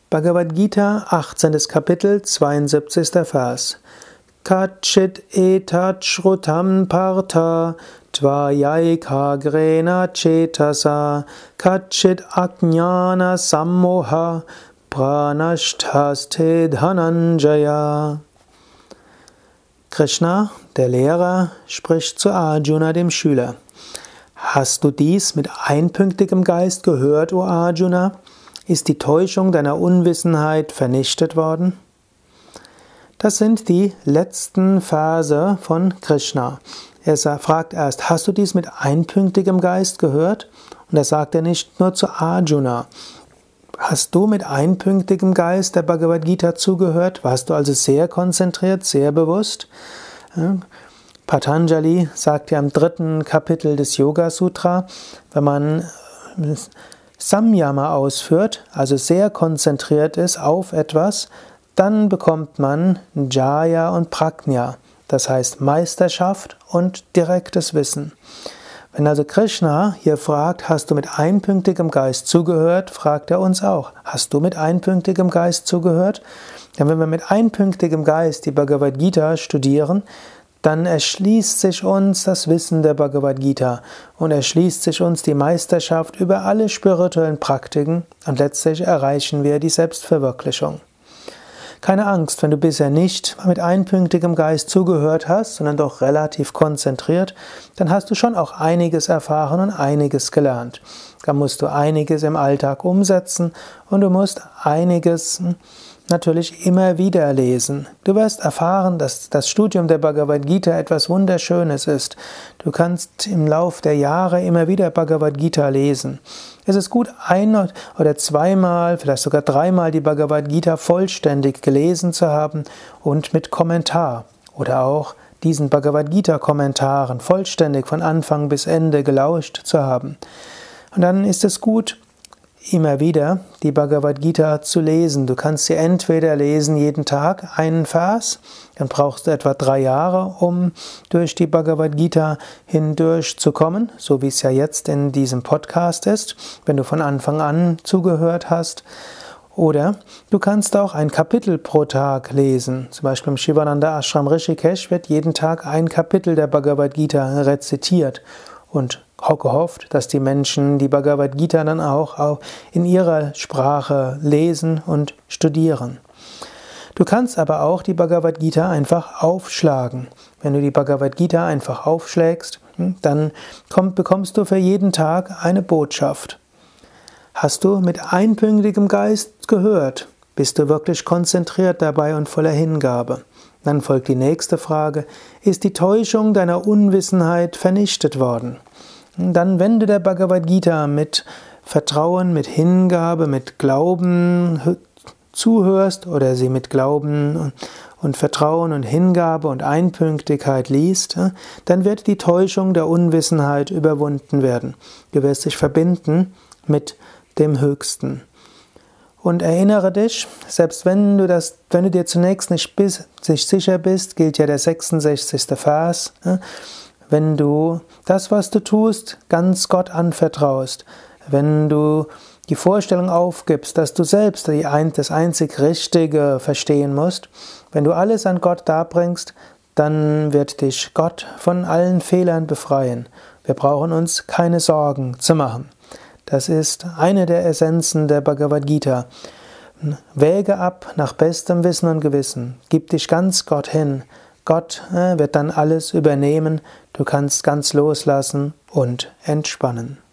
Bhagavad Gita, 18. Kapitel, 72. Vers. Kachit etat shrutam partha dvayaikagrena cetasa kachit ajnana sammoha pranashtaste dhananjaya. Krishna, der Lehrer, spricht zu Arjuna, dem Schüler. Hast du dies mit einpünktigem Geist gehört, o Arjuna? Ist die Täuschung deiner Unwissenheit vernichtet worden? Das sind die letzten Verse von Krishna. Er fragt erst, hast du dies mit einpünktigem Geist gehört? Und das sagt er nicht nur zu Arjuna. Hast du mit einpünktigem Geist der Bhagavad Gita zugehört? Warst du also sehr konzentriert, sehr bewusst? Patanjali sagt ja im 3. Kapitel des Yoga Sutra, wenn man Samyama ausführt, also sehr konzentriert ist auf etwas, dann bekommt man Jaya und Prajna, das heißt Meisterschaft und direktes Wissen. Wenn also Krishna hier fragt, hast du mit einpünktigem Geist zugehört, fragt er uns auch, hast du mit einpünktigem Geist zugehört? Denn wenn wir mit einpünktigem Geist die Bhagavad Gita studieren, dann erschließt sich uns das Wissen der Bhagavad Gita und erschließt sich uns die Meisterschaft über alle spirituellen Praktiken und letztlich erreichen wir die Selbstverwirklichung. Keine Angst, wenn du bisher nicht mit einpünktigem Geist zugehört hast, sondern doch relativ konzentriert, dann hast du schon auch einiges erfahren und einiges gelernt. Da musst du einiges im Alltag umsetzen und du musst einiges natürlich immer wieder lesen. Du wirst erfahren, dass das Studium der Bhagavad Gita etwas Wunderschönes ist. Du kannst im Lauf der Jahre immer wieder Bhagavad Gita lesen. Es ist gut, ein- oder zweimal, vielleicht sogar dreimal die Bhagavad Gita vollständig gelesen zu haben und mit Kommentar oder auch diesen Bhagavad Gita Kommentaren vollständig von Anfang bis Ende gelauscht zu haben. Und dann ist es gut, immer wieder die Bhagavad Gita zu lesen. Du kannst sie entweder lesen jeden Tag einen Vers, dann brauchst du etwa 3 Jahre, um durch die Bhagavad Gita hindurch zu kommen, so wie es ja jetzt in diesem Podcast ist, wenn du von Anfang an zugehört hast. Oder du kannst auch ein Kapitel pro Tag lesen. Zum Beispiel im Shivananda Ashram Rishikesh wird jeden Tag ein Kapitel der Bhagavad Gita rezitiert und gehofft, dass die Menschen die Bhagavad Gita dann auch in ihrer Sprache lesen und studieren. Du kannst aber auch die Bhagavad Gita einfach aufschlagen. Wenn du die Bhagavad Gita einfach aufschlägst, dann bekommst du für jeden Tag eine Botschaft. Hast du mit einpünktigem Geist gehört? Bist du wirklich konzentriert dabei und voller Hingabe? Dann folgt die nächste Frage, ist die Täuschung deiner Unwissenheit vernichtet worden? Dann wende der Bhagavad Gita mit Vertrauen, mit Hingabe, mit Glauben zuhörst oder sie mit Glauben und Vertrauen und Hingabe und Einpünktigkeit liest, dann wird die Täuschung der Unwissenheit überwunden werden. Du wirst dich verbinden mit dem Höchsten. Und erinnere dich, selbst wenn du dir zunächst nicht sicher bist, gilt ja der 66. Vers, wenn du das, was du tust, ganz Gott anvertraust, wenn du die Vorstellung aufgibst, dass du selbst das einzig Richtige verstehen musst, wenn du alles an Gott darbringst, dann wird dich Gott von allen Fehlern befreien. Wir brauchen uns keine Sorgen zu machen. Das ist eine der Essenzen der Bhagavad Gita. Wäge ab nach bestem Wissen und Gewissen. Gib dich ganz Gott hin. Gott wird dann alles übernehmen. Du kannst ganz loslassen und entspannen.